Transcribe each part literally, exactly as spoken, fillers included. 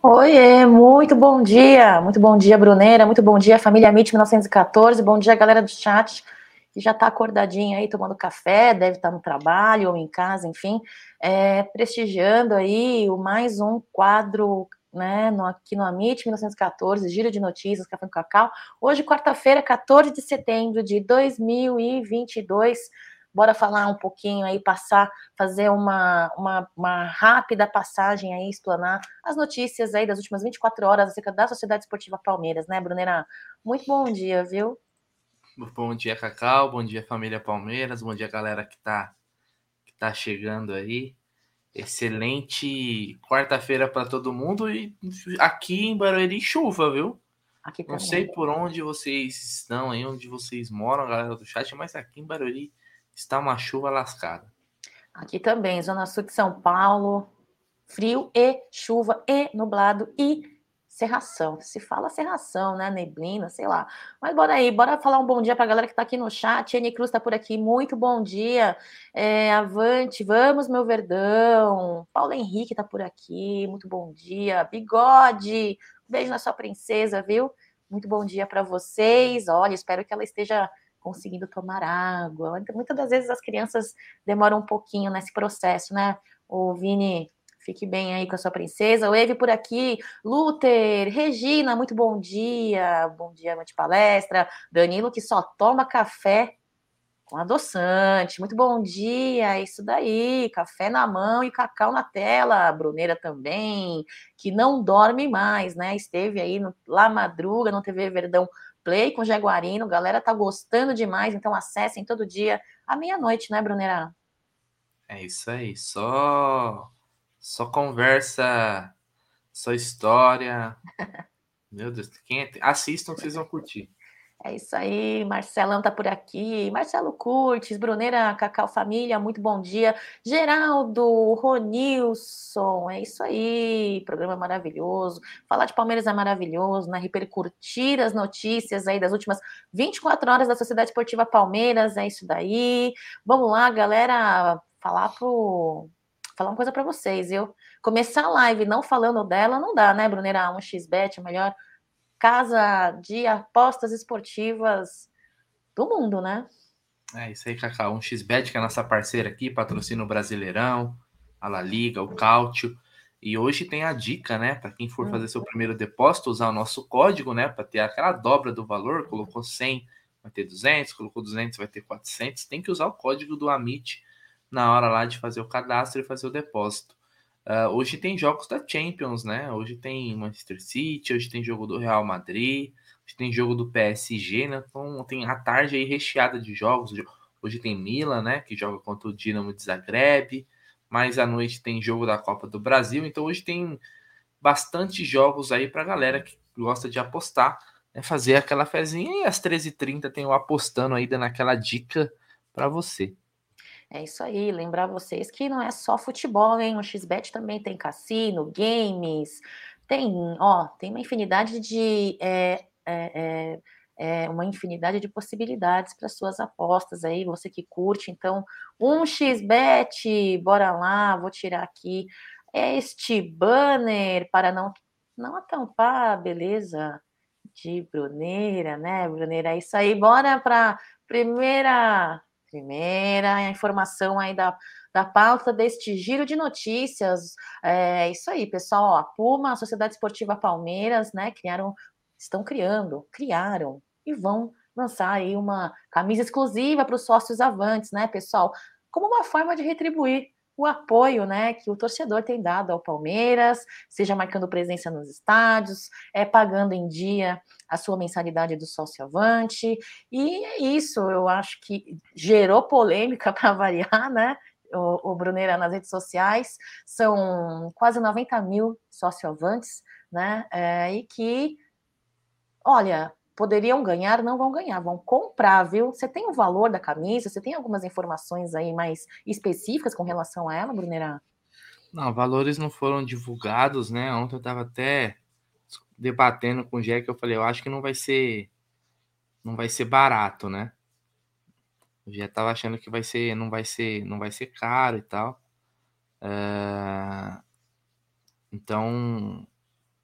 Oiê, muito bom dia, muito bom dia, Bruneira, muito bom dia, família M I T mil novecentos e quatorze, bom dia, galera do chat, que já está acordadinha aí, tomando café, deve estar no trabalho ou em casa, enfim, é, prestigiando aí o mais um quadro, né, no, aqui no M I T mil novecentos e quatorze, Giro de Notícias, Café com Cacau, hoje, quarta-feira, quatorze de setembro de dois mil e vinte e dois, bora falar um pouquinho aí, passar, fazer uma, uma, uma rápida passagem aí, explanar as notícias aí das últimas vinte e quatro horas acerca da Sociedade Esportiva Palmeiras, né, Brunera? Muito bom dia, viu? Bom dia, Cacau. Bom dia, família Palmeiras. Bom dia, galera que tá, que tá chegando aí. Excelente quarta-feira para todo mundo e aqui em Barueri chuva, viu? Aqui Não sei também. por onde vocês estão aí, onde vocês moram, galera do chat, mas aqui em Barueri está uma chuva lascada. Aqui também, Zona Sul de São Paulo, frio e chuva e nublado e cerração. Se fala cerração, né? Neblina, sei lá. Mas bora aí, bora falar um bom dia pra galera que tá aqui no chat. N Cruz tá por aqui, muito bom dia. É, avante, vamos, meu Verdão. Paulo Henrique tá por aqui, muito bom dia. Bigode, beijo na sua princesa, viu? Muito bom dia para vocês. Olha, espero que ela esteja conseguindo tomar água. Muitas das vezes as crianças demoram um pouquinho nesse processo, né? O Vini, fique bem aí com a sua princesa. O Eve por aqui. Luther, Regina, muito bom dia. Bom dia, amante palestra. Danilo, que só toma café com adoçante. Muito bom dia. É isso daí. Café na mão e cacau na tela. Bruneira também, que não dorme mais, né? Esteve aí no, lá madruga no T V Verdão Play com Jaguarino. Galera tá gostando demais, então acessem todo dia à meia-noite, né, Bruneira? É isso aí, só só conversa, só história. Meu Deus, quem é... assistam que vocês vão curtir. É isso aí, Marcelão tá por aqui, Marcelo Curtis, Bruneira, Cacau Família, muito bom dia. Geraldo, Ronilson, é isso aí, programa maravilhoso. Falar de Palmeiras é maravilhoso, né? Repercutir as notícias aí das últimas vinte e quatro horas da Sociedade Esportiva Palmeiras, é isso daí. Vamos lá, galera, falar pro... falar uma coisa para vocês, eu começar a live não falando dela não dá, né, Bruneira? Um xbet, melhor casa de apostas esportivas do mundo, né? É isso aí, Cacau. Um xbet, que é a nossa parceira aqui, patrocina o Brasileirão, a La Liga, o Cáutio. E hoje tem a dica, né? Para quem for Hum. fazer seu primeiro depósito, usar o nosso código, né? Para ter aquela dobra do valor. Colocou cem, vai ter duzentos. Colocou duzentos, vai ter quatrocentos. Tem que usar o código do Amit na hora lá de fazer o cadastro e fazer o depósito. Uh, hoje tem jogos da Champions, né? Hoje tem Manchester City, hoje tem jogo do Real Madrid, hoje tem jogo do P S G, né? Então tem a tarde aí recheada de jogos. Hoje tem Milan, né? Que joga contra o Dinamo de Zagreb. Mais à noite tem jogo da Copa do Brasil. Então hoje tem bastante jogos aí pra galera que gosta de apostar, né? Fazer aquela fezinha e às treze e trinta tem o Apostando aí dando aquela dica para você. É isso aí, lembrar vocês que não é só futebol, hein? O xbet também tem cassino, games, tem, ó, tem uma infinidade de é, é, é, é uma infinidade de possibilidades para suas apostas aí, você que curte. Então, um xbet, bora lá, vou tirar aqui este banner para não não atampar, beleza? De Bruneira, né, Bruneira? É isso aí, bora para primeira primeira informação aí da, da pauta deste giro de notícias. É isso aí, pessoal. Ó, a Puma, a Sociedade Esportiva Palmeiras, né, criaram, estão criando, criaram e vão lançar aí uma camisa exclusiva para os sócios avantes, né, pessoal? Como uma forma de retribuir o apoio, né, que o torcedor tem dado ao Palmeiras, seja marcando presença nos estádios, é pagando em dia a sua mensalidade do sócio avante. E é isso, eu acho que gerou polêmica para variar, né? O, o Bruneira nas redes sociais, são quase noventa mil sócio-avantes, né? É, e que, olha, poderiam ganhar, não vão ganhar, vão comprar, viu? Você tem o valor da camisa? Você tem algumas informações aí mais específicas com relação a ela, Bruneira? Não, valores não foram divulgados, né? Ontem eu tava até debatendo com o Jack, eu falei, eu acho que não vai ser, não vai ser barato, né? Eu já tava achando que vai ser, não vai ser, não vai ser caro e tal. É... Então,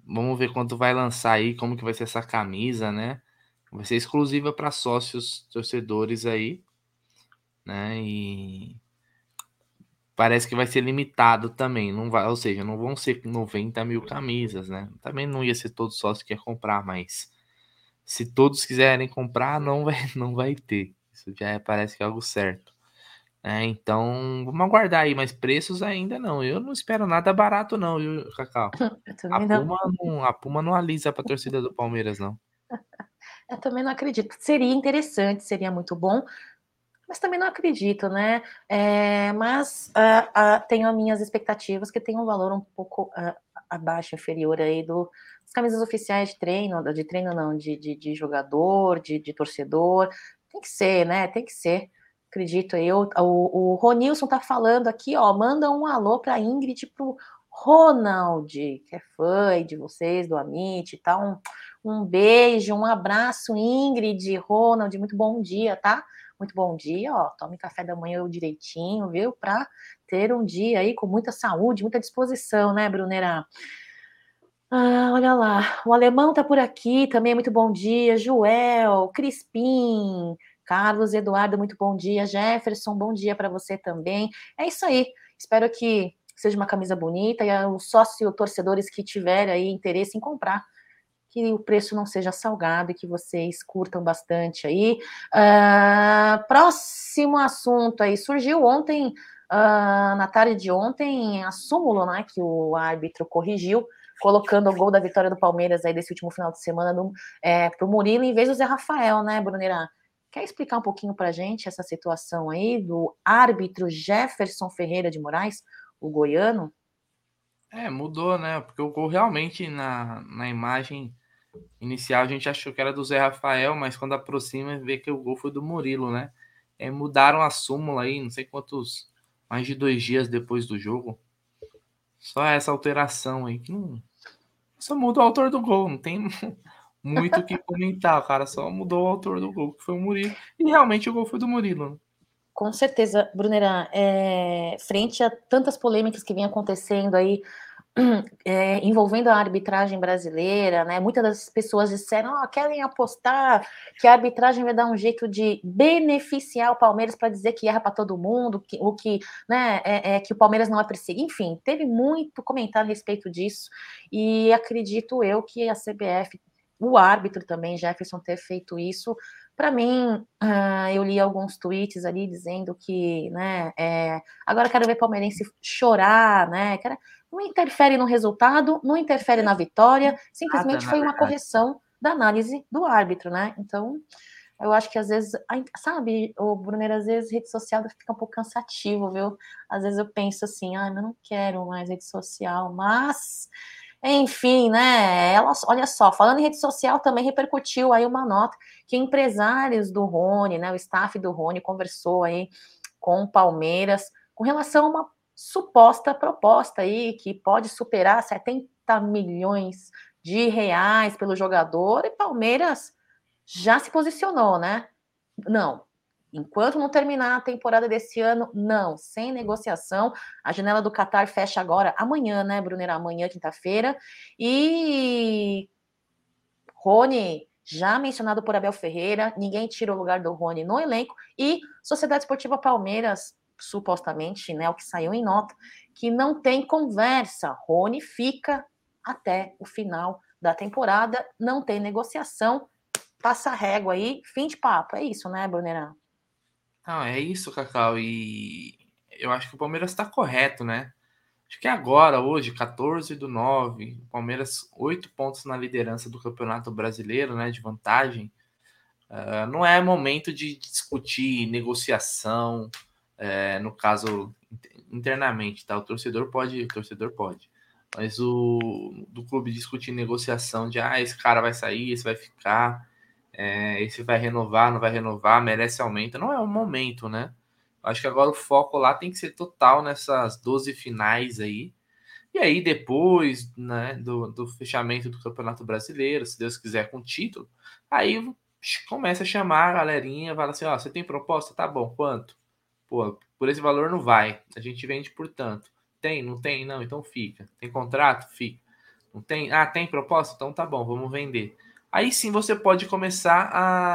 Vamos ver quando vai lançar aí, como que vai ser essa camisa, né? Vai ser exclusiva para sócios torcedores aí, né? E parece que vai ser limitado também, não vai, ou seja, não vão ser noventa mil camisas, né? Também não ia ser todos sócios que ia comprar, mas se todos quiserem comprar, não vai, não vai ter. Isso já é, parece que é algo certo. É, então, vamos aguardar aí, mas preços ainda não. Eu não espero nada barato, não, viu, Cacau? Eu A também não. Puma não, a Puma não alisa para a torcida do Palmeiras, não. Eu também não acredito. Seria interessante, seria muito bom, mas também não acredito, né? É, mas uh, uh, tenho as minhas expectativas que tem um valor um pouco uh, abaixo, inferior aí do, das camisas oficiais de treino, de treino não, de, de, de jogador, de, de torcedor. Tem que ser, né? Tem que ser. Acredito eu. O, o Ronilson tá falando aqui, ó, manda um alô pra Ingrid, pro Ronald, que é fã aí de vocês, do Amit, tá? Um, um beijo, um abraço, Ingrid, Ronald, muito bom dia, tá? Muito bom dia, ó. Tome café da manhã direitinho, viu? Para ter um dia aí com muita saúde, muita disposição, né, Brunera? Ah, olha lá. O alemão tá por aqui também, muito bom dia. Joel, Crispim, Carlos Eduardo, muito bom dia. Jefferson, bom dia para você também. É isso aí. Espero que seja uma camisa bonita e os sócio torcedores que tiverem aí interesse em comprar, que o preço não seja salgado e que vocês curtam bastante aí. Uh, próximo assunto aí, surgiu ontem, uh, na tarde de ontem, a súmula, né, que o árbitro corrigiu, colocando o gol da vitória do Palmeiras aí desse último final de semana no, é, pro Murilo em vez do Zé Rafael, né, Brunerá? Quer explicar um pouquinho pra gente essa situação aí do árbitro Jefferson Ferreira de Moraes, o goiano? É, mudou, né? Porque o gol realmente na, na imagem inicial a gente achou que era do Zé Rafael, mas quando aproxima vê que o gol foi do Murilo, né? É, mudaram a súmula aí, não sei quantos, mais de dois dias depois do jogo. Só essa alteração aí, que não, só muda o autor do gol, não tem muito o que comentar, o cara só mudou o autor do gol, que foi o Murilo, e realmente o gol foi do Murilo, né? Com certeza, Brunera, é, frente a tantas polêmicas que vem acontecendo aí, é, envolvendo a arbitragem brasileira, né? Muitas das pessoas disseram, oh, querem apostar que a arbitragem vai dar um jeito de beneficiar o Palmeiras para dizer que erra para todo mundo, que, o que, né, é, é, que o Palmeiras não é perseguido. Enfim, teve muito comentário a respeito disso, e acredito eu que a C B F, o árbitro também, Jefferson, ter feito isso. Para mim, uh, eu li alguns tweets ali dizendo que, né, é, agora quero ver palmeirense chorar, né, quero, não interfere no resultado, não interfere na vitória, Nada, simplesmente na foi uma verdade. correção da análise do árbitro, né? Então, eu acho que às vezes, sabe, o Brunner, às vezes rede social fica um pouco cansativo, viu? Às vezes eu penso assim, ah, eu não quero mais rede social, mas enfim, né? Ela, olha só, falando em rede social, também repercutiu aí uma nota que empresários do Rony, né, o staff do Rony conversou aí com o Palmeiras com relação a uma suposta proposta aí que pode superar setenta milhões de reais pelo jogador, e Palmeiras já se posicionou, né? Não, enquanto não terminar a temporada desse ano, não, sem negociação. A janela do Qatar fecha agora amanhã, né, Brunner? Amanhã, quinta-feira. E Rony, já mencionado por Abel Ferreira, ninguém tira o lugar do Rony no elenco. E Sociedade Esportiva Palmeiras, supostamente, né, o que saiu em nota, que não tem conversa. Rony fica até o final da temporada, não tem negociação. Passa a régua aí, fim de papo. É isso, né, Brunera? Não, é isso, Cacau, e eu acho que o Palmeiras está correto, né? Acho que agora, hoje, quatorze do nove, o Palmeiras oito pontos na liderança do Campeonato Brasileiro, né, de vantagem. Uh, não é momento de discutir negociação, é, no caso, internamente, tá? O torcedor pode, o torcedor pode. Mas o do clube discutir negociação de, ah, esse cara vai sair, esse vai ficar, é, esse vai renovar, não vai renovar, merece aumento. Não é o momento, né? Acho que agora o foco lá tem que ser total nessas doze finais aí. E aí, depois, né, do, do fechamento do Campeonato Brasileiro, se Deus quiser, com título, aí começa a chamar a galerinha, fala assim, ó, você tem proposta? Tá bom, quanto? Pô, por esse valor não vai. A gente vende por tanto. Tem? Não tem? Não, então fica. Tem contrato? Fica. Não tem? Ah, tem proposta? Então tá bom, vamos vender. Aí sim você pode começar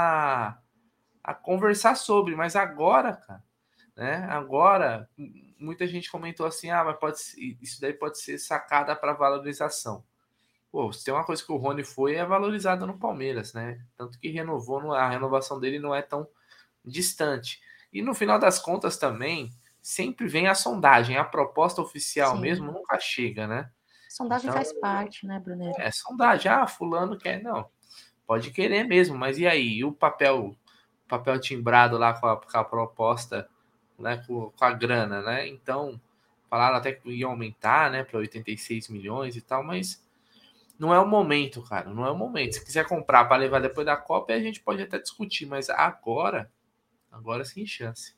a, a conversar sobre, mas agora, cara, né? Agora, muita gente comentou assim: ah, mas pode, isso daí pode ser sacada para valorização. Pô, se tem uma coisa que o Rony foi, é valorizado no Palmeiras, né? Tanto que renovou, a renovação dele não é tão distante. E no final das contas também, sempre vem a sondagem, a proposta oficial Sim. mesmo nunca chega, né? Sondagem Então, faz parte, né, Bruneiro? é sondagem, ah, fulano quer, não, pode querer mesmo, mas e aí? E o papel, papel timbrado lá com a, com a proposta, né, com, com a grana, né? Então, falaram até que ia aumentar, né, para oitenta e seis milhões e tal, mas não é o momento, cara, não é o momento. Se quiser comprar para levar depois da Copa, a gente pode até discutir, mas agora, agora sem chance.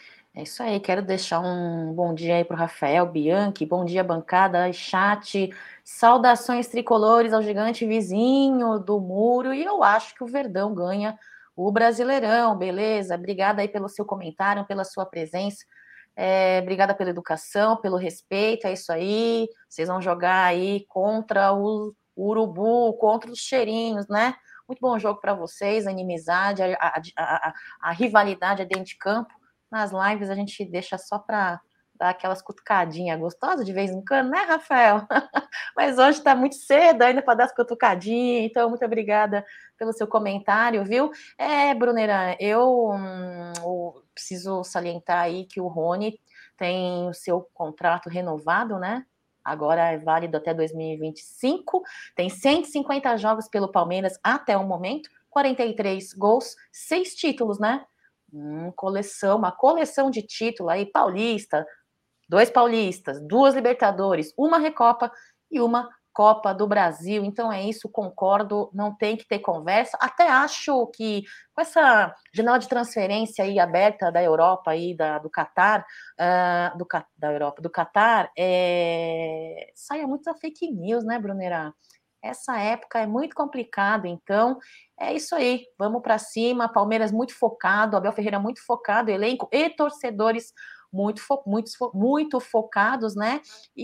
É isso aí, quero deixar um bom dia aí para o Rafael Bianchi, bom dia bancada, chat, saudações tricolores ao gigante vizinho do muro, e eu acho que o Verdão ganha o Brasileirão, beleza? Obrigada aí pelo seu comentário, pela sua presença, é, obrigada pela educação, pelo respeito, é isso aí, vocês vão jogar aí contra o Urubu, contra os cheirinhos, né? Muito bom jogo para vocês, a inimizade, a, a, a, a rivalidade é dentro de campo. Nas lives a gente deixa só para dar aquelas cutucadinhas gostosas de vez em quando, né, Rafael? Mas hoje está muito cedo ainda para dar as cutucadinhas, então muito obrigada pelo seu comentário, viu? É, Brunera, eu hum, preciso salientar aí que o Rony tem o seu contrato renovado, né? Agora é válido até dois mil e vinte e cinco, tem cento e cinquenta jogos pelo Palmeiras até o momento, quarenta e três gols, seis títulos, né? Hum, coleção, uma coleção de título aí, paulista, dois paulistas, duas Libertadores, uma Recopa e uma Copa do Brasil. Então é isso, concordo, não tem que ter conversa. Até acho que com essa janela de transferência aí aberta da Europa aí, da, do Catar, uh, do, da Europa, do Catar, é... saia muita fake news, né, Brunera? Essa época é muito complicado, então é isso aí, vamos para cima. Palmeiras muito focado, Abel Ferreira muito focado, elenco e torcedores muito, fo muito, muito focados, né?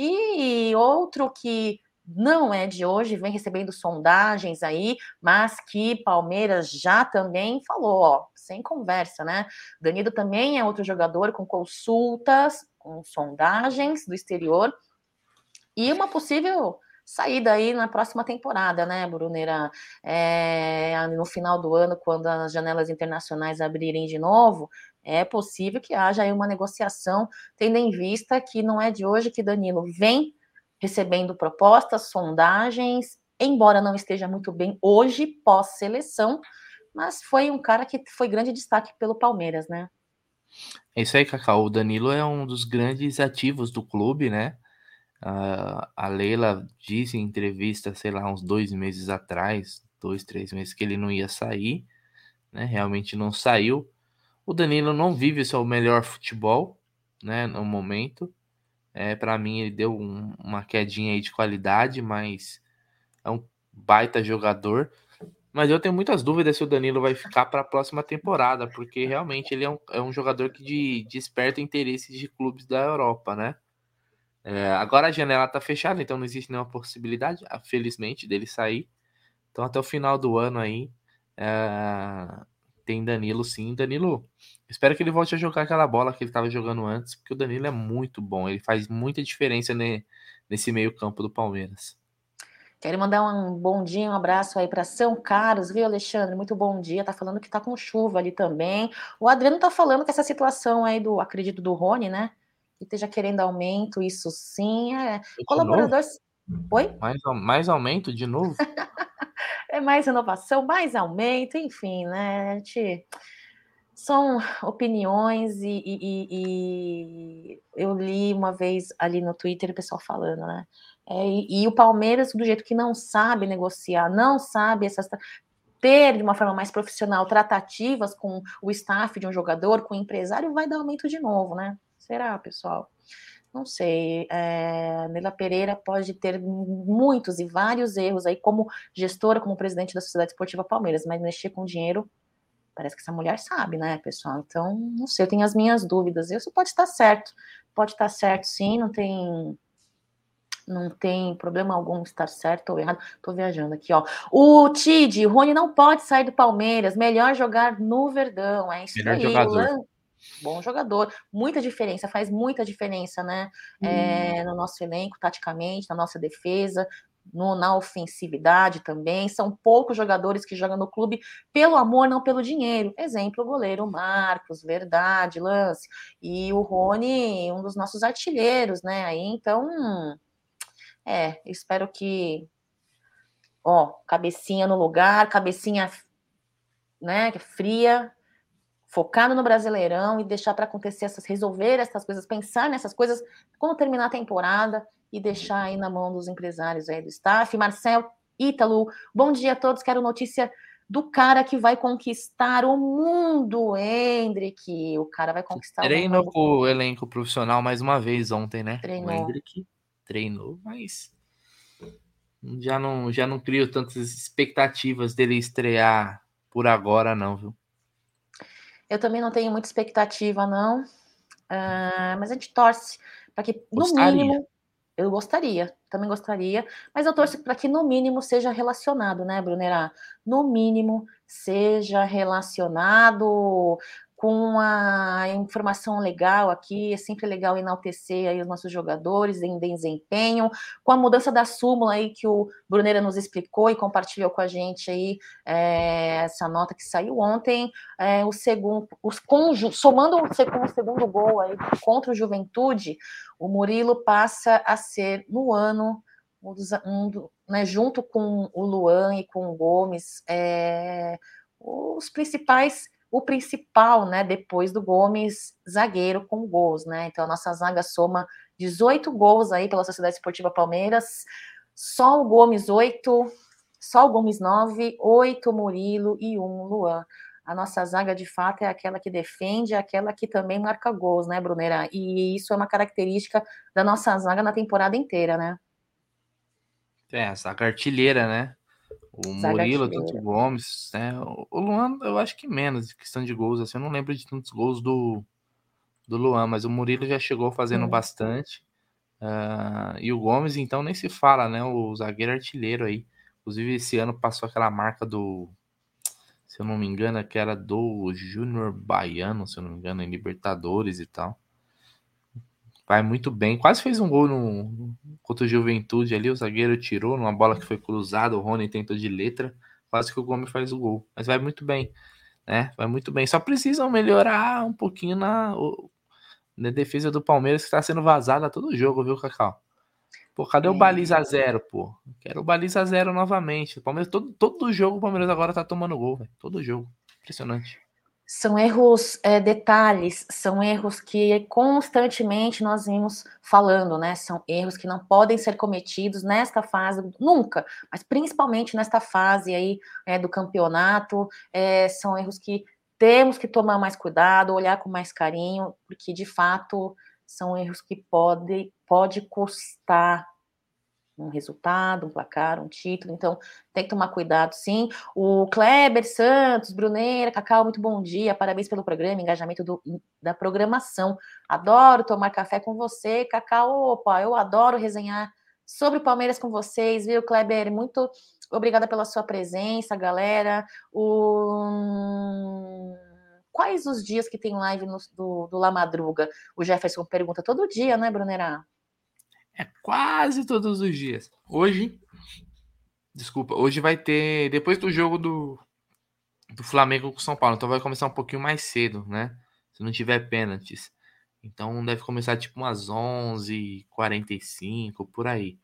E outro que não é de hoje, vem recebendo sondagens aí, mas que Palmeiras já também falou, ó, sem conversa, né? Danilo também é outro jogador com consultas, com sondagens do exterior e uma possível saída aí na próxima temporada, né, Brunera? É, no final do ano, quando as janelas internacionais abrirem de novo, é possível que haja aí uma negociação, tendo em vista que não é de hoje que Danilo vem recebendo propostas, sondagens, embora não esteja muito bem hoje, pós-seleção, mas foi um cara que foi grande destaque pelo Palmeiras, né? É isso aí, Cacau. O Danilo é um dos grandes ativos do clube, né? Uh, a Leila disse em entrevista, sei lá, uns dois meses atrás, dois, três meses, que ele não ia sair, né? Realmente não saiu. O Danilo não vive o seu melhor futebol, né? No momento. É, para mim, ele deu um, uma quedinha aí de qualidade, mas é um baita jogador. Mas eu tenho muitas dúvidas se o Danilo vai ficar para a próxima temporada, porque realmente ele é um, é um jogador que de, desperta interesse de clubes da Europa, né? É, agora a janela tá fechada, então não existe nenhuma possibilidade, felizmente, dele sair. Então até o final do ano aí é, tem Danilo sim. Danilo, espero que ele volte a jogar aquela bola que ele estava jogando antes, porque o Danilo é muito bom, ele faz muita diferença ne, nesse meio campo do Palmeiras. Quero mandar um bom dia, um abraço aí para São Carlos, viu, Alexandre? Muito bom dia. Tá falando que tá com chuva ali também. O Adriano tá falando que essa situação aí do, acredito, do Rony, né? Que esteja querendo aumento, isso sim. É. De novo? Colaboradores. Oi? Mais, mais aumento de novo? É mais renovação, mais aumento, enfim, né? A gente... São opiniões e, e, e, eu li uma vez ali no Twitter o pessoal falando, né? É, e, e o Palmeiras, do jeito que não sabe negociar, não sabe essas, ter de uma forma mais profissional tratativas com o staff de um jogador, com o empresário, vai dar aumento de novo, né? Será, pessoal? Não sei. É, Nela Pereira pode ter muitos e vários erros aí como gestora, como presidente da Sociedade Esportiva Palmeiras, mas mexer com dinheiro parece que essa mulher sabe, né, pessoal? Então, não sei, eu tenho as minhas dúvidas. Isso pode estar certo, pode estar certo, sim, não tem Não tem problema algum estar certo ou errado. Tô viajando aqui, ó. O Tid, Rony não pode sair do Palmeiras. Melhor jogar no Verdão. É isso Melhor aí. O jogador. Lan, bom jogador. Muita diferença, faz muita diferença, né? É, no nosso elenco, taticamente, na nossa defesa, no, na ofensividade também. São poucos jogadores que jogam no clube pelo amor, não pelo dinheiro. Exemplo, o goleiro Marcos, verdade, lance. E o Rony, um dos nossos artilheiros, né? Aí, então. É, espero que, ó, cabecinha no lugar, cabecinha, né, fria, focado no Brasileirão e deixar para acontecer essas, resolver essas coisas, pensar nessas coisas quando terminar a temporada e deixar aí na mão dos empresários aí do staff. Marcel, Ítalo, bom dia a todos, quero notícia do cara que vai conquistar o mundo, Hendrick. O cara vai conquistar o Treinou mundo. com o elenco profissional mais uma vez ontem, né? Treinou. O Hendrick treinou, mas já não, já não crio tantas expectativas dele estrear por agora, não, viu? Eu também não tenho muita expectativa, não. Uh, mas a gente torce para que, no Gostaria. mínimo, eu gostaria, também gostaria, mas eu torço para que, no mínimo, seja relacionado, né, Brunera? No mínimo, seja relacionado com a informação legal aqui. É sempre legal enaltecer aí os nossos jogadores em desempenho, com a mudança da súmula aí que o Brunera nos explicou e compartilhou com a gente aí, é, essa nota que saiu ontem, é, o segundo, os conju, somando o segundo, o segundo gol aí contra o Juventude, o Murilo passa a ser, no ano, um dos, um, né, junto com o Luan e com o Gomes, é, os principais, o principal, né, depois do Gomes, zagueiro com gols, né? Então a nossa zaga soma dezoito gols aí pela Sociedade Esportiva Palmeiras, só o Gomes oito, só o Gomes nove, oito Murilo e um Luan. A nossa zaga, de fato, é aquela que defende, é aquela que também marca gols, né, Brunera? E isso é uma característica da nossa zaga na temporada inteira, né? É, a zaga artilheira, né? O Zaga Murilo, tanto o artilheira. Gomes, né? O Luan, eu acho que menos, questão de gols, assim, eu não lembro de tantos gols do, do Luan, mas o Murilo já chegou fazendo Sim. bastante. Uh, e o Gomes, então, nem se fala, né? O zagueiro artilheiro aí. Inclusive, esse ano passou aquela marca do, se eu não me engano, que era do Júnior Baiano, se eu não me engano, em Libertadores e tal. Vai muito bem. Quase fez um gol no, contra o Juventude ali. O zagueiro tirou numa bola que foi cruzada. O Rony tentou de letra. Quase que o Gomes faz o gol. Mas vai muito bem, né? Vai muito bem. Só precisam melhorar um pouquinho na, na defesa do Palmeiras, que está sendo vazada todo jogo, viu, Cacau? Pô, cadê É. o baliza zero, pô? Quero o baliza zero novamente. O Palmeiras, todo, todo jogo o Palmeiras agora tá tomando gol, velho. Todo jogo. Impressionante. São erros, é, detalhes, são erros que constantemente nós vimos falando, né? São erros que não podem ser cometidos nesta fase, nunca, mas principalmente nesta fase aí, é, do campeonato. É, são erros que temos que tomar mais cuidado, olhar com mais carinho, porque de fato são erros que podem pode custar um resultado, um placar, um título, então tem que tomar cuidado, sim. O Kleber Santos, Bruneira, Cacau, muito bom dia, parabéns pelo programa, engajamento do, da programação, adoro tomar café com você, Cacau, opa, eu adoro resenhar sobre o Palmeiras com vocês, viu, Kleber, muito obrigada pela sua presença, galera. O... Quais os dias que tem live no, do, do La Madruga? O Jefferson pergunta todo dia, né, Bruneira? É quase todos os dias. Hoje, desculpa, hoje vai ter, depois do jogo do, do Flamengo com São Paulo, então vai começar um pouquinho mais cedo, né? Se não tiver pênaltis. Então deve começar tipo umas onze e quarenta e cinco, por aí.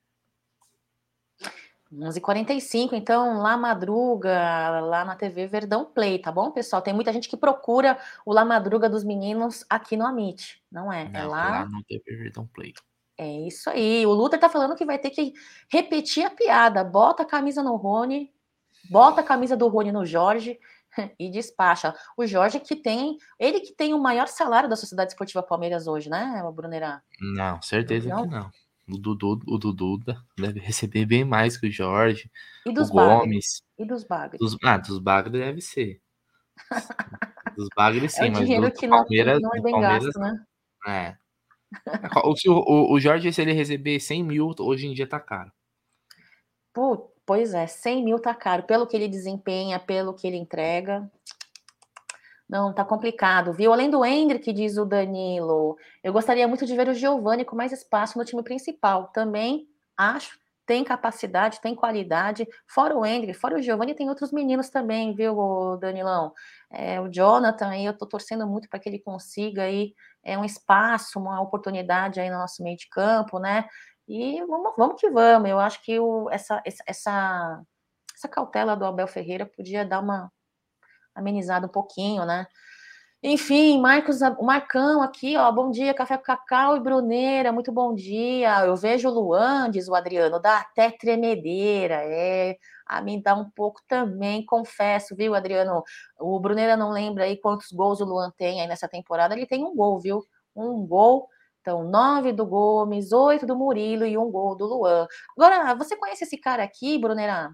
onze e quarenta e cinco, então, lá madruga, lá na T V Verdão Play, tá bom, pessoal? Tem muita gente que procura o La Madruga dos meninos aqui no Amit, não é? É Não, lá lá. no T V Verdão Play. É isso aí. O Luther tá falando que vai ter que repetir a piada. Bota a camisa no Rony, bota a camisa do Rony no Jorge e despacha. O Jorge que tem, ele que tem o maior salário da Sociedade Esportiva Palmeiras hoje, né, Brunerá? Não, certeza Não? que não. O Dudu, o Dudu deve receber bem mais que o Jorge, E o dos Bagre? Gomes. E dos Bagre? Dos, ah, dos Bagre deve ser. Dos Bagre É sim, o mas do, dinheiro do que não, Palmeiras, não é do bem Palmeiras gasto, não. né? É. O, se o, o, o Jorge, se ele receber cem mil, hoje em dia tá caro. Pô, pois é, cem mil tá caro. Pelo que ele desempenha, pelo que ele entrega. Não, tá complicado, viu? Além do Endrick, diz o Danilo, eu gostaria muito de ver o Giovani com mais espaço no time principal. Também acho, tem capacidade, tem qualidade. Fora o Endrick, fora o Giovani, tem outros meninos também, viu, Danilão? É, o Jonathan, aí eu tô torcendo muito para que ele consiga aí é, um espaço, uma oportunidade aí no nosso meio de campo, né? E vamos, vamos que vamos. Eu acho que o, essa, essa, essa, essa cautela do Abel Ferreira podia dar uma amenizado um pouquinho, né? Enfim, Marcos, o Marcão aqui, ó, bom dia, Café com Cacau e Bruneira, muito bom dia. Eu vejo o Luan, diz o Adriano, dá até tremedeira, é, a mim dá um pouco também, confesso, viu, Adriano? O Bruneira não lembra aí quantos gols o Luan tem aí nessa temporada, ele tem um gol, viu? Um gol, então nove do Gomes, oito do Murilo e um gol do Luan. Agora, você conhece esse cara aqui, Bruneira?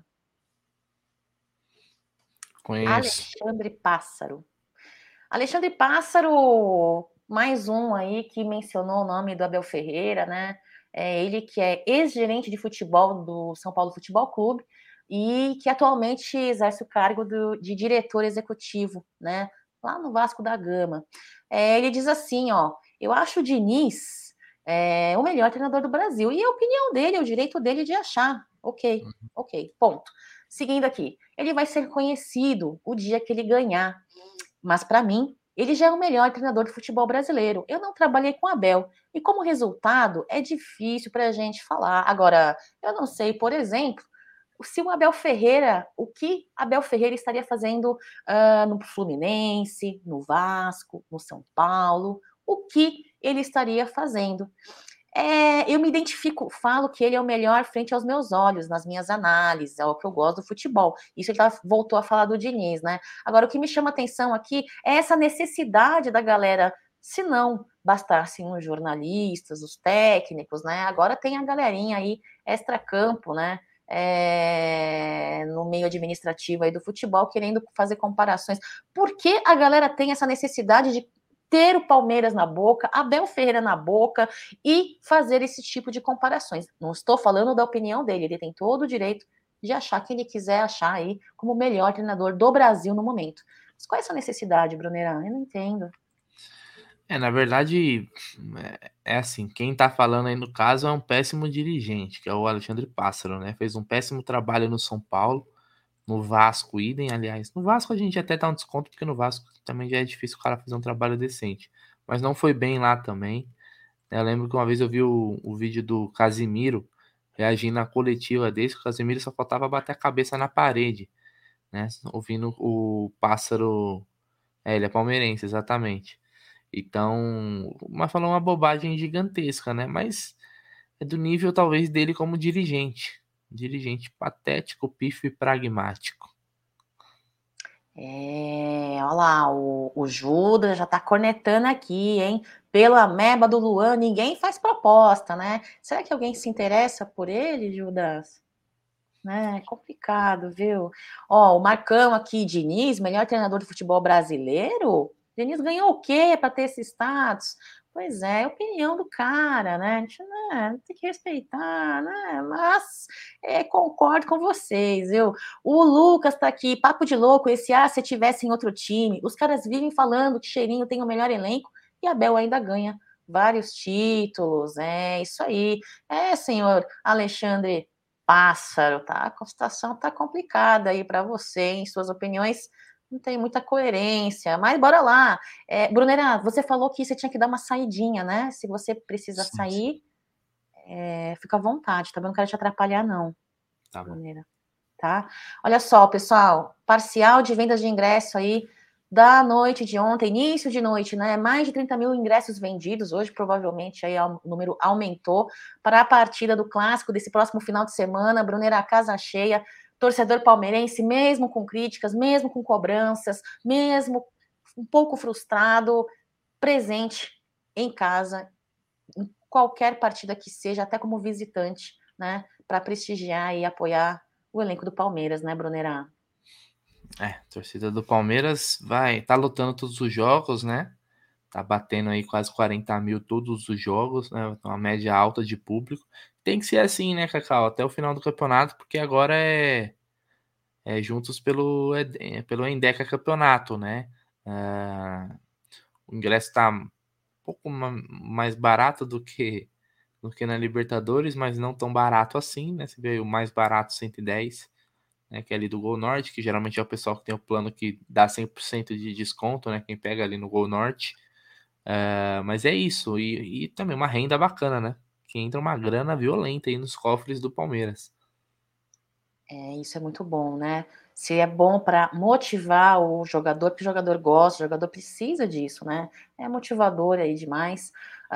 Conheço. Alexandre Pássaro. Alexandre Pássaro, mais um aí que mencionou o nome do Abel Ferreira, né? É ele que é ex-gerente de futebol do São Paulo Futebol Clube e que atualmente exerce o cargo do, de diretor executivo, né? Lá no Vasco da Gama. É, ele diz assim, ó, eu acho o Diniz é, o melhor treinador do Brasil. E a opinião dele, é o direito dele de achar. Ok, ok, ponto. Seguindo aqui, ele vai ser conhecido o dia que ele ganhar. Mas, para mim, ele já é o melhor treinador de futebol brasileiro. Eu não trabalhei com Abel. E, como resultado, é difícil para a gente falar. Agora, eu não sei, por exemplo, se o Abel Ferreira, o que Abel Ferreira estaria fazendo uh, no Fluminense, no Vasco, no São Paulo, o que ele estaria fazendo. É, eu me identifico, falo que ele é o melhor frente aos meus olhos, nas minhas análises, é o que eu gosto do futebol. Isso ele tá, voltou a falar do Diniz, né? Agora, o que me chama atenção aqui é essa necessidade da galera, se não bastassem os jornalistas, os técnicos, né? Agora tem a galerinha aí, extra-campo, né? É, no meio administrativo aí do futebol, querendo fazer comparações. Por que a galera tem essa necessidade de ter o Palmeiras na boca, Abel Ferreira na boca e fazer esse tipo de comparações? Não estou falando da opinião dele, ele tem todo o direito de achar quem ele quiser achar aí como o melhor treinador do Brasil no momento. Mas qual é essa necessidade, Brunerá? Eu não entendo. É, na verdade, é, é assim, quem tá falando aí no caso é um péssimo dirigente, que é o Alexandre Pássaro, né? Fez um péssimo trabalho no São Paulo, no Vasco, idem, aliás. No Vasco a gente até dá um desconto, porque no Vasco também já é difícil o cara fazer um trabalho decente. Mas não foi bem lá também. Eu lembro que uma vez eu vi o, o vídeo do Casimiro reagindo na coletiva desse, o Casimiro só faltava bater a cabeça na parede, né? Ouvindo o Pássaro. É, ele é palmeirense, exatamente. Então, mas falou uma bobagem gigantesca, né? Mas é do nível talvez dele como dirigente. Dirigente patético, pífio e pragmático. É, olha lá, o, o Judas já tá cornetando aqui, hein? Pela meba do Luan, ninguém faz proposta, né? Será que alguém se interessa por ele, Judas? Né? É complicado, viu? Ó, o Marcão aqui, Diniz, melhor treinador de futebol brasileiro? Diniz ganhou o quê para ter esse status? Pois é, é a opinião do cara, né? A gente né, tem que respeitar, né? Mas é, concordo com vocês, viu? O Lucas tá aqui, papo de louco, esse ah, se tivesse em outro time. Os caras vivem falando que Cheirinho tem o melhor elenco e Abel ainda ganha vários títulos. É isso aí. É, senhor Alexandre Pássaro, tá? A situação tá complicada aí para você, em suas opiniões não tem muita coerência, mas bora lá. É, Brunera, você falou que você tinha que dar uma saidinha, né? Se você precisa Sim, sim. sair, é, fica à vontade, tá bom? Não quero te atrapalhar, não, Tá bom. Brunera, tá? Olha só, pessoal, parcial de vendas de ingresso aí da noite de ontem, início de noite, né? Mais de trinta mil ingressos vendidos. Hoje, provavelmente, aí o número aumentou para a partida do clássico desse próximo final de semana. Brunera, casa cheia. Torcedor palmeirense, mesmo com críticas, mesmo com cobranças, mesmo um pouco frustrado, presente em casa, em qualquer partida que seja, até como visitante, né? Para prestigiar e apoiar o elenco do Palmeiras, né, Brunera? É, a torcida do Palmeiras vai, tá lutando todos os jogos, né? tá batendo aí quase quarenta mil todos os jogos, né? Uma média alta de público. Tem que ser assim, né, Cacau? Até o final do campeonato, porque agora é, é juntos pelo, é, pelo Endeca Campeonato, né? Ah, o ingresso tá um pouco mais barato do que, do que na Libertadores, mas não tão barato assim, né? Você vê o mais barato cento e dez, né? Que é ali do Gol Norte, que geralmente é o pessoal que tem o plano que dá cem por cento de desconto, né? Quem pega ali no Gol Norte. Uh, mas é isso, e, e também uma renda bacana, né? Que entra uma grana violenta aí nos cofres do Palmeiras. É, isso é muito bom, né? Se é bom para motivar o jogador, porque o jogador gosta, o jogador precisa disso, né? É motivador aí demais.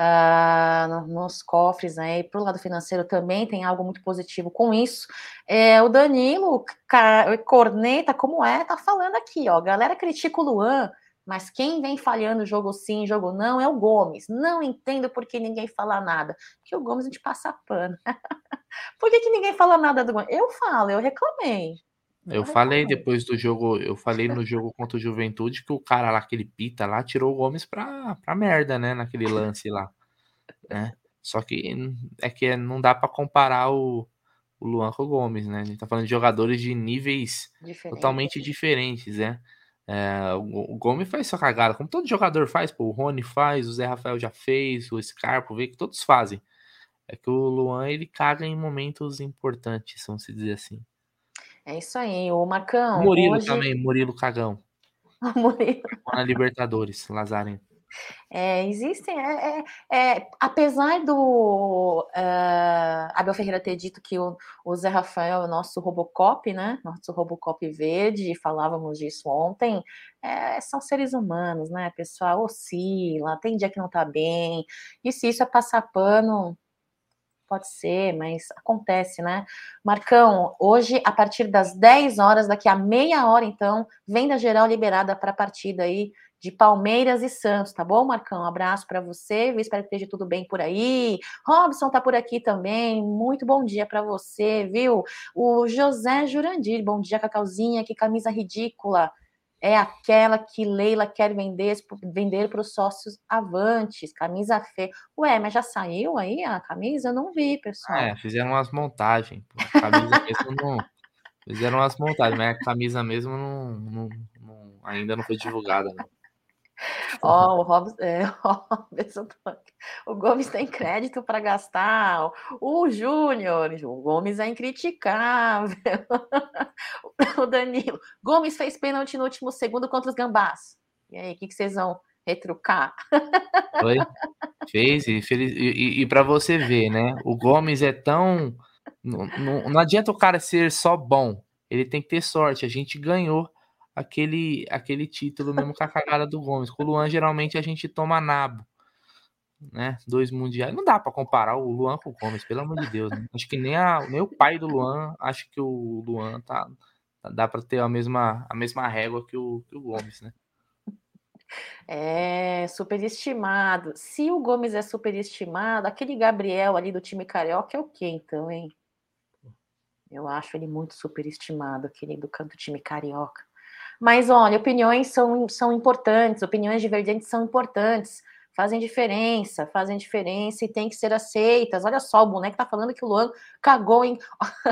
Uh, nos cofres aí, pro lado financeiro também tem algo muito positivo com isso. É, o Danilo, corneta, como é, tá falando aqui, ó. Galera critica o Luan, mas quem vem falhando jogo sim, jogo não, é o Gomes. Não entendo por que ninguém fala nada. Porque o Gomes a gente passa pano. Por que, que ninguém fala nada do Gomes? Eu falo, eu reclamei. Eu, eu falei reclamei. Depois do jogo, eu falei no jogo contra o Juventude que o cara lá, aquele pita lá, tirou o Gomes pra, pra merda, né? Naquele lance lá. Né? Só que é que não dá pra comparar o, o Luan com o Gomes, né? A gente tá falando de jogadores de níveis Diferente. totalmente diferentes, né? É, o, o Gomes faz sua cagada, como todo jogador faz, pô, o Rony faz, o Zé Rafael já fez, o Scarpa, vê que todos fazem. É que o Luan, ele caga em momentos importantes, vamos dizer assim. É isso aí, o Marcão. O Murilo hoje... também, Murilo Cagão. O Murilo. Na Libertadores, Lazareno. É, existem, é, é, é, apesar do uh, Abel Ferreira ter dito que o, o Zé Rafael é o nosso Robocop, né? Nosso Robocop verde, falávamos disso ontem. É, são seres humanos, né, pessoal? Oscila, tem dia que não tá bem. E se isso é passar pano, pode ser, mas acontece, né? Marcão, hoje, a partir das dez horas, daqui a meia hora, então, venda geral liberada para a partida aí de Palmeiras e Santos, tá bom, Marcão? Um abraço para você, eu espero que esteja tudo bem por aí. Robson tá por aqui também, muito bom dia para você, viu? O José Jurandir, bom dia, Cacauzinha, que camisa ridícula. É aquela que Leila quer vender, vender para os sócios avantes, camisa feia. Ué, mas já saiu aí a camisa? Eu não vi, pessoal. É, fizeram umas montagens. A camisa mesmo não... Fizeram umas montagens, mas a camisa mesmo não, não, não, ainda não foi divulgada, não. Ó, oh, o Robson, é, o Gomes tem crédito para gastar. O Júnior, o Gomes é incriticável. O Danilo, Gomes fez pênalti no último segundo contra os Gambás. E aí, o que, que vocês vão retrucar? Foi? Fez e, feliz, e, e para você ver, né? O Gomes é tão... Não, não, não adianta o cara ser só bom. Ele tem que ter sorte. A gente ganhou aquele, aquele título mesmo com a cagada do Gomes. Com o Luan, geralmente, a gente toma nabo. Né? Dois mundiais. Não dá para comparar o Luan com o Gomes, pelo amor de Deus. Né? Acho que nem, a, nem o pai do Luan acha que o Luan tá, dá para ter a mesma, a mesma régua que o, que o Gomes, né? É, superestimado. Se o Gomes é superestimado, aquele Gabriel ali do time carioca é o quê, então, hein? Eu acho ele muito superestimado, aquele do canto time carioca. Mas, olha, opiniões são, são importantes, opiniões divergentes são importantes, fazem diferença, fazem diferença e tem que ser aceitas. Olha só, o boneco tá falando que o Luan cagou em...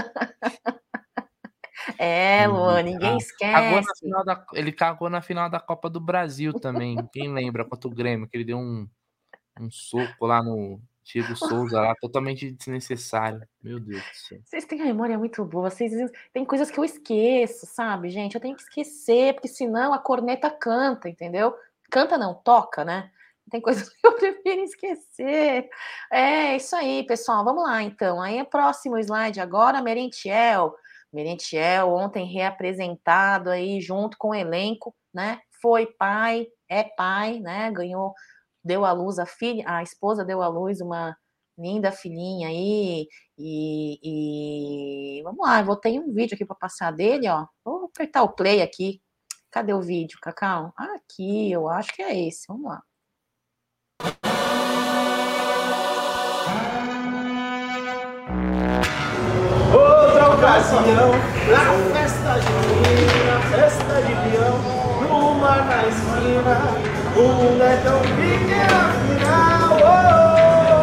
É, Luan, ninguém esquece. Cagou na final da, ele cagou na final da Copa do Brasil também. Quem lembra contra o Grêmio, que ele deu um, um soco lá no Diego Souza, lá, totalmente desnecessário. Meu Deus do céu. Vocês têm a memória muito boa. Vocês tem coisas que eu esqueço, sabe, gente? Eu tenho que esquecer, porque senão a corneta canta, entendeu? Canta não, toca, né? Tem coisas que eu prefiro esquecer. É, isso aí, pessoal. Vamos lá, então. Aí, o próximo slide agora, Merentiel. Merentiel, ontem reapresentado aí junto com o elenco, né? Foi pai, é pai, né? Ganhou, deu à luz a filha, a esposa deu à luz uma linda filhinha aí. E, e... vamos lá, eu vou ter um vídeo aqui para passar dele, ó. Vou apertar o play aqui. Cadê o vídeo, Cacau? Aqui, eu acho que é esse. Vamos lá. Outra ocasião, na festa junina, festa de peão, no mar na esquina, O mundo é tão pequeno afinal. Oh, oh, oh.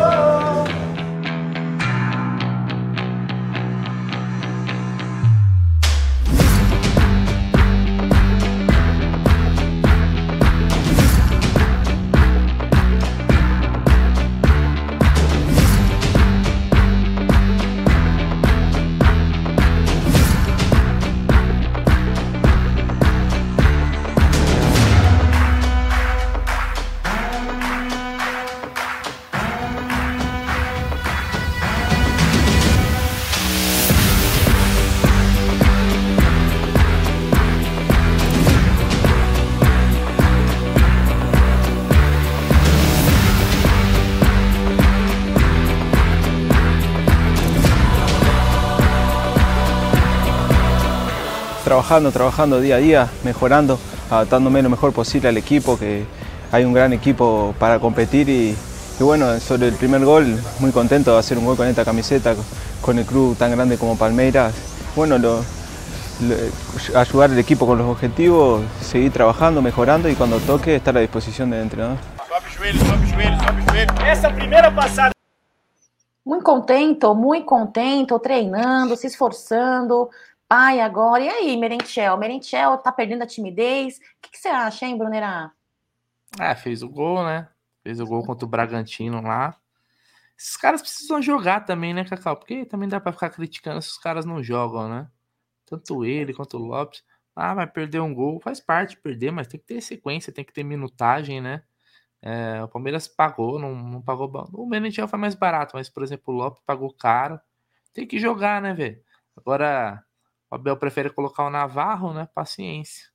Trabajando, trabajando día a día, mejorando, adaptándome lo mejor posible al equipo, que hay un gran equipo para competir y, y bueno, sobre el primer gol, muy contento de hacer un gol con esta camiseta, con el club tan grande como Palmeiras. Bueno, lo, lo, ayudar al equipo con los objetivos, seguir trabajando, mejorando y cuando toque estar a disposición del entrenador. Sobe o joelho, sobe o joelho, sobe o joelho. Essa primeira passada. Muito contento, muito contento, treinando, se esforçando. Ai, agora, e aí, Merentiel? Merentiel tá perdendo a timidez? O que, que você acha, hein, Brunerá? É, fez o gol, né? Fez o gol contra o Bragantino lá. Esses caras precisam jogar também, né, Cacau? Porque também dá pra ficar criticando se os caras não jogam, né? Tanto ele quanto o Lopes. Ah, mas perdeu um gol. Faz parte de perder, mas tem que ter sequência, tem que ter minutagem, né? É, o Palmeiras pagou, não, não pagou... O Merentiel foi mais barato, mas, por exemplo, o Lopes pagou caro. Tem que jogar, né, velho? Agora... O Abel prefere colocar o Navarro, né? Paciência.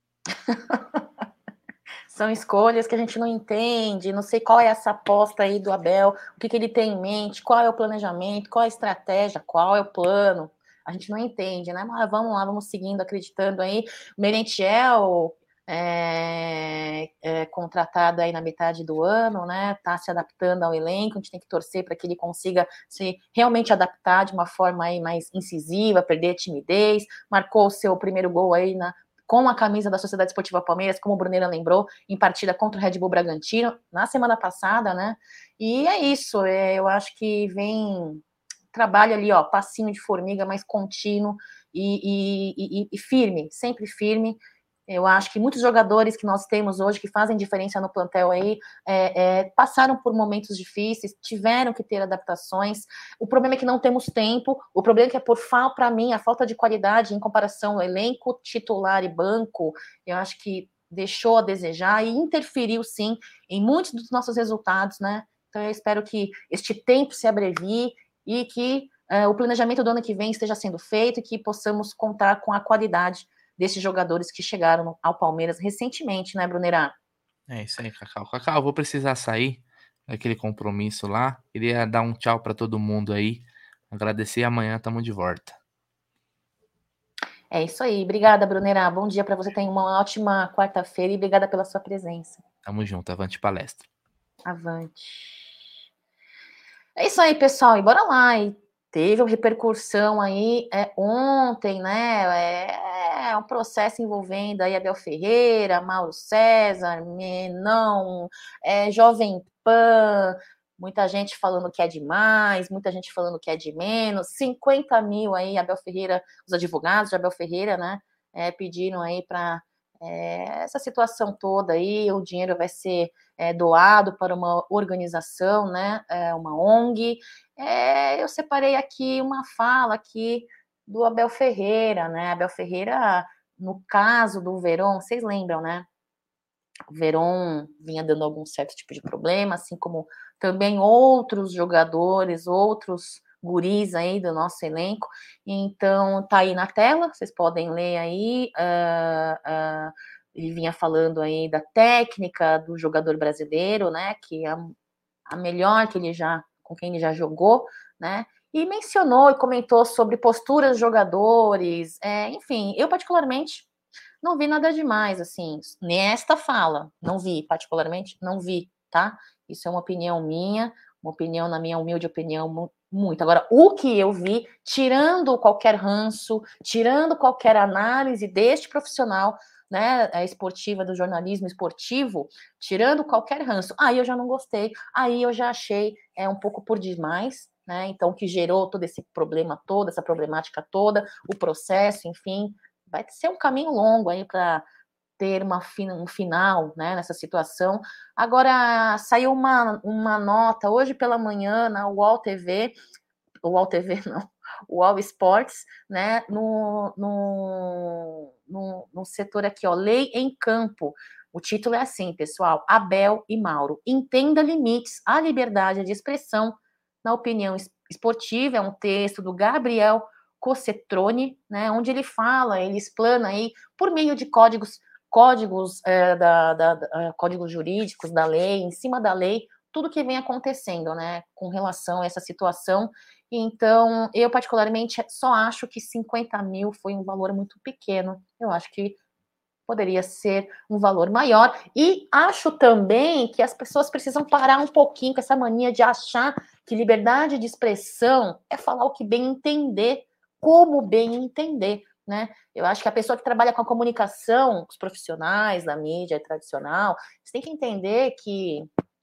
São escolhas que a gente não entende, não sei qual é essa aposta aí do Abel, o que, que ele tem em mente, qual é o planejamento, qual é a estratégia, qual é o plano. A gente não entende, né? Mas vamos lá, vamos seguindo, acreditando aí. O Merentiel é, é contratado aí na metade do ano, né? Tá se adaptando ao elenco, a gente tem que torcer para que ele consiga se realmente adaptar de uma forma aí mais incisiva, perder a timidez, marcou o seu primeiro gol aí na, com a camisa da Sociedade Esportiva Palmeiras, como o Bruneira lembrou, em partida contra o Red Bull Bragantino, na semana passada, né? E é isso, é, eu acho que vem trabalho ali, ó, passinho de formiga, mais contínuo e, e, e, e firme, sempre firme. Eu acho que muitos jogadores que nós temos hoje, que fazem diferença no plantel aí, é, é, passaram por momentos difíceis, tiveram que ter adaptações. O problema é que não temos tempo, o problema é que é por falta, para mim, a falta de qualidade em comparação ao elenco titular e banco, eu acho que deixou a desejar e interferiu, sim, em muitos dos nossos resultados, né? Então eu espero que este tempo se abrevie e que uh, o planejamento do ano que vem esteja sendo feito e que possamos contar com a qualidade desses jogadores que chegaram ao Palmeiras recentemente, né, Brunerá? É isso aí, Cacau. Cacau, eu vou precisar sair daquele compromisso lá. Queria dar um tchau para todo mundo aí. Agradecer e amanhã estamos de volta. É isso aí. Obrigada, Brunerá. Bom dia para você. Tenha uma ótima quarta-feira e obrigada pela sua presença. Tamo junto. Avante palestra. Avante. É isso aí, pessoal. E bora lá. E teve uma repercussão aí é, ontem, né? É, é um processo envolvendo aí Abel Ferreira, Mauro César, Menão, é, Jovem Pan, muita gente falando que é demais, muita gente falando que é de menos, cinquenta mil aí, Abel Ferreira, os advogados de Abel Ferreira, né? É, pediram aí para é, essa situação toda aí, o dinheiro vai ser é, doado para uma organização, né? É, uma O N G. É, eu separei aqui uma fala aqui do Abel Ferreira, né? Abel Ferreira, no caso do Verón, vocês lembram, né? O Verón vinha dando algum certo tipo de problema, assim como também outros jogadores, outros guris aí do nosso elenco. Então, tá aí na tela, vocês podem ler aí. Uh, uh, ele vinha falando aí da técnica do jogador brasileiro, né? Que é a melhor que ele já, com quem ele já jogou, né? E mencionou e comentou sobre posturas de jogadores, é, enfim, eu particularmente não vi nada demais, assim, nesta fala, não vi, particularmente, não vi, tá? Isso é uma opinião minha, uma opinião, na minha humilde opinião, muito. Agora, o que eu vi, tirando qualquer ranço, tirando qualquer análise deste profissional, né, a esportiva, do jornalismo esportivo, tirando qualquer ranço, aí eu já não gostei, aí eu já achei é, um pouco por demais, né, então que gerou todo esse problema todo, essa problemática toda, o processo, enfim, vai ser um caminho longo aí para ter uma, um final, né, nessa situação. Agora, saiu uma, uma nota hoje pela manhã na U O L T V, U O L T V não, U O L Sports, né, no, no, no, no setor aqui, ó, Lei em Campo. O título é assim, pessoal, Abel e Mauro, entenda limites à liberdade de expressão na opinião esportiva, é um texto do Gabriel Cossetrone, né, onde ele fala, ele explana aí, por meio de códigos, códigos, é, da, da, da, códigos jurídicos da lei, em cima da lei, tudo que vem acontecendo, né, com relação a essa situação. Então, eu particularmente só acho que cinquenta mil foi um valor muito pequeno. Eu acho que poderia ser um valor maior. E acho também que as pessoas precisam parar um pouquinho com essa mania de achar que liberdade de expressão é falar o que bem entender, como bem entender, né? Eu acho que a pessoa que trabalha com a comunicação, os profissionais da mídia tradicional, eles têm que entender que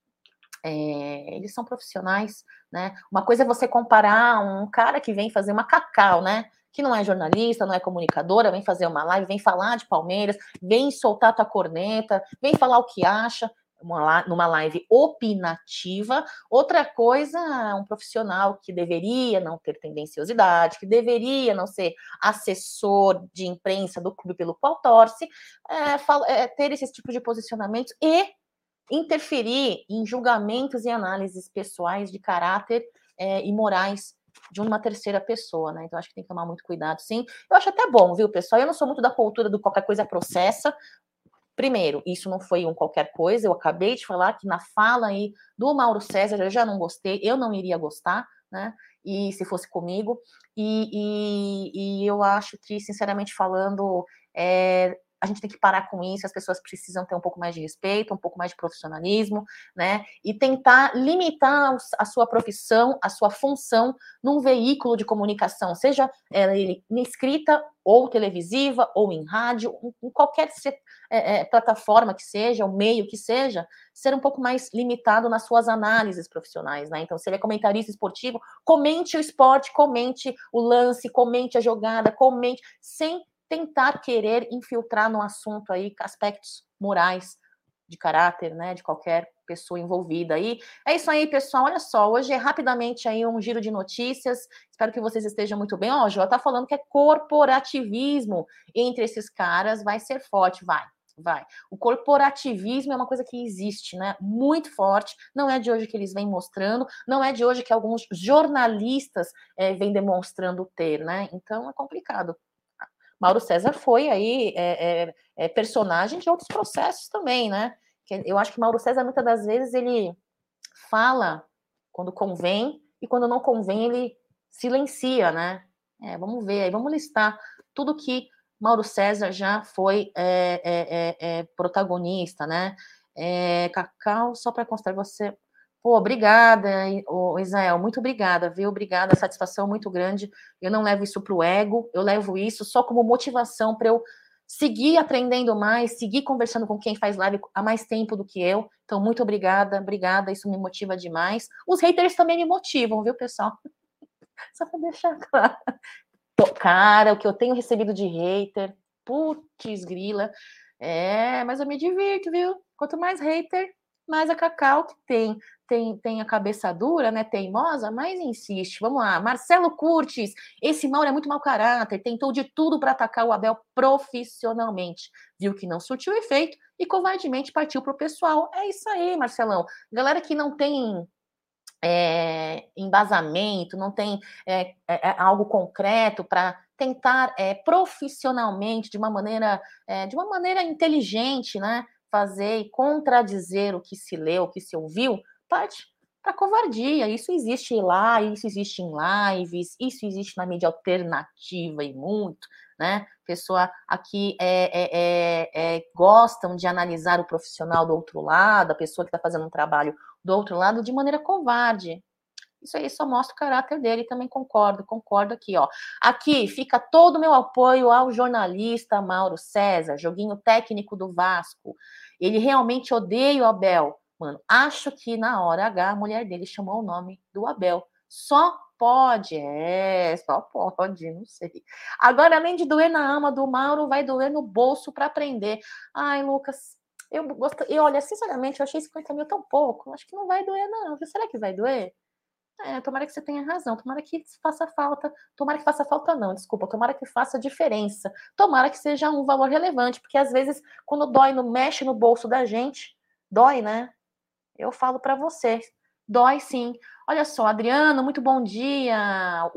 É, eles são profissionais, né? Uma coisa é você comparar um cara que vem fazer uma Cacau, né? Que não é jornalista, não é comunicadora, vem fazer uma live, vem falar de Palmeiras, vem soltar tua corneta, vem falar o que acha, uma, numa live opinativa. Outra coisa, um profissional que deveria não ter tendenciosidade, que deveria não ser assessor de imprensa do clube pelo qual torce, é, fala, é, ter esse tipo de posicionamentos e interferir em julgamentos e análises pessoais de caráter é, e morais de uma terceira pessoa, né? Então acho que tem que tomar muito cuidado, sim. Eu acho até bom, viu, pessoal? Eu não sou muito da cultura do qualquer coisa processa. Primeiro, isso não foi um qualquer coisa, eu acabei de falar que na fala aí do Mauro César eu já não gostei, eu não iria gostar, né? E se fosse comigo, e, e, e eu acho que, sinceramente falando, é, a gente tem que parar com isso, as pessoas precisam ter um pouco mais de respeito, um pouco mais de profissionalismo, né? E tentar limitar a sua profissão, a sua função num veículo de comunicação, seja ele em escrita ou televisiva, ou em rádio, em qualquer é, é, plataforma que seja, o meio que seja, ser um pouco mais limitado nas suas análises profissionais, né? Então, se ele é comentarista esportivo, comente o esporte, comente o lance, comente a jogada, comente, sem tentar querer infiltrar no assunto aí aspectos morais, de caráter, né, de qualquer pessoa envolvida aí. É isso aí, pessoal, olha só, hoje é rapidamente aí um giro de notícias, espero que vocês estejam muito bem. Ó, o João tá falando que é corporativismo entre esses caras, vai ser forte, vai, vai. O corporativismo é uma coisa que existe, né, muito forte, não é de hoje que eles vêm mostrando, não é de hoje que alguns jornalistas é, vêm demonstrando ter, né, então é complicado. Mauro César foi aí é, é, é personagem de outros processos também, né? Eu acho que Mauro César, muitas das vezes, ele fala quando convém e quando não convém, ele silencia, né? É, vamos ver aí, vamos listar tudo que Mauro César já foi é, é, é, protagonista, né? É, Cacau, só para constar, você... Pô, obrigada, Israel, muito obrigada, viu? Obrigada, satisfação muito grande. Eu não levo isso para o ego, eu levo isso só como motivação para eu seguir aprendendo mais, seguir conversando com quem faz live há mais tempo do que eu. Então, muito obrigada, obrigada, isso me motiva demais. Os haters também me motivam, viu, pessoal? Só para deixar claro. Cara, o que eu tenho recebido de hater, putz, grila, é, mas eu me divirto, viu? Quanto mais hater, mais a Cacau que tem, tem, tem a cabeça dura, né, teimosa, mas insiste. Vamos lá, Marcelo Curtis, esse Mauro é muito mau caráter, tentou de tudo para atacar o Abel profissionalmente, viu que não surtiu efeito e covardemente partiu pro pessoal. É isso aí, Marcelão. Galera que não tem é, embasamento, não tem é, é, algo concreto para tentar é, profissionalmente, de uma maneira, é, de uma maneira inteligente, né, fazer e contradizer o que se leu, o que se ouviu, parte para covardia. Isso existe lá, isso existe em lives, isso existe na mídia alternativa e muito, né? Pessoa aqui é, é, é, é, gostam de analisar o profissional do outro lado, a pessoa que está fazendo um trabalho do outro lado de maneira covarde. Isso aí só mostra o caráter dele, também concordo, concordo aqui, ó. Aqui fica todo o meu apoio ao jornalista Mauro César, joguinho técnico do Vasco. Ele realmente odeia o Abel. Mano, acho que na hora H a mulher dele chamou o nome do Abel. Só pode, é, só pode, não sei. Agora, além de doer na alma do Mauro, vai doer no bolso para aprender. Ai, Lucas, eu gosto, e olha, sinceramente, eu achei cinquenta mil tão pouco. Acho que não vai doer, não. Será que vai doer? É, tomara que você tenha razão, tomara que faça falta, tomara que faça falta não, desculpa, tomara que faça diferença, tomara que seja um valor relevante, porque às vezes quando dói, no, mexe no bolso da gente, dói, né? Eu falo para você, dói sim. Olha só, Adriano, muito bom dia.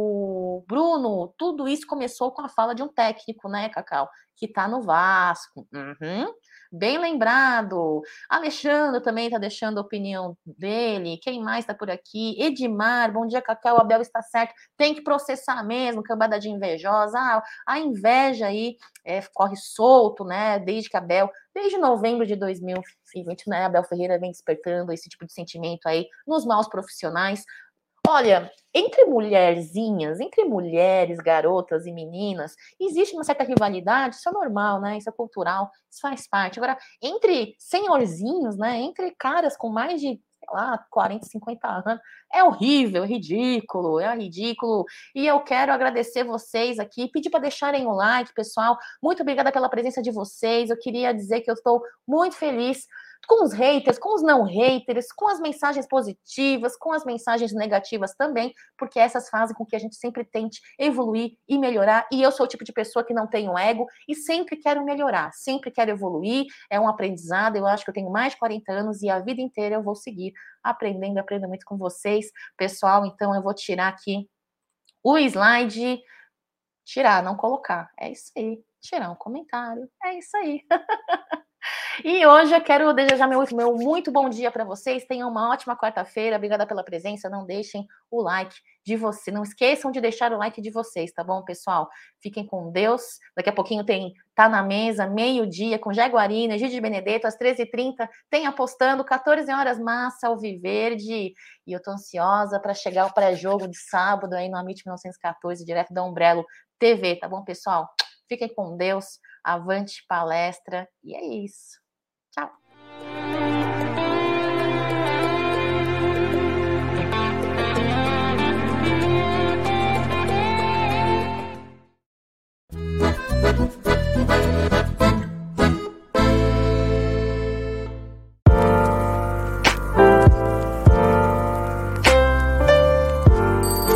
O Bruno, tudo isso começou com a fala de um técnico, né, Cacau? Que tá no Vasco. Uhum. Bem lembrado. Alexandre também está deixando a opinião dele. Quem mais está por aqui? Edmar, bom dia, Cacau. O Abel está certo. Tem que processar mesmo, cambada de invejosa. Ah, a inveja aí é, corre solto, né? Desde que Abel, desde novembro de dois mil e vinte, né? Abel Ferreira vem despertando esse tipo de sentimento aí nos maus profissionais. Olha, entre mulherzinhas, entre mulheres, garotas e meninas, existe uma certa rivalidade, isso é normal, né? Isso é cultural, isso faz parte. Agora, entre senhorzinhos, né? Entre caras com mais de, sei lá, quarenta, cinquenta anos, é horrível, é ridículo, é ridículo. E eu quero agradecer vocês aqui, pedir para deixarem o like, pessoal. Muito obrigada pela presença de vocês. Eu queria dizer que eu estou muito feliz com os haters, com os não haters, com as mensagens positivas, com as mensagens negativas também, porque essas fazem com que a gente sempre tente evoluir e melhorar, e eu sou o tipo de pessoa que não tenho ego e sempre quero melhorar, sempre quero evoluir, é um aprendizado, eu acho que eu tenho mais de quarenta anos e a vida inteira eu vou seguir aprendendo, aprendo muito com vocês, pessoal, então eu vou tirar aqui o slide, tirar, não colocar, é isso aí, tirar um comentário, é isso aí. E hoje eu quero desejar meu, meu muito bom dia para vocês. Tenham uma ótima quarta-feira. Obrigada pela presença. Não deixem o like de você. Não esqueçam de deixar o like de vocês, tá bom, pessoal? Fiquem com Deus. Daqui a pouquinho tem Tá na Mesa, meio-dia, com Jaguarina, Gigi Benedetto, às treze e trinta. Tem apostando, quatorze horas, Massa Alviverde. E eu tô ansiosa para chegar ao pré-jogo de sábado aí no Amit mil novecentos e quatorze, direto da Umbrello T V, tá bom, pessoal? Fiquem com Deus. Avante palestra. E é isso. Tchau.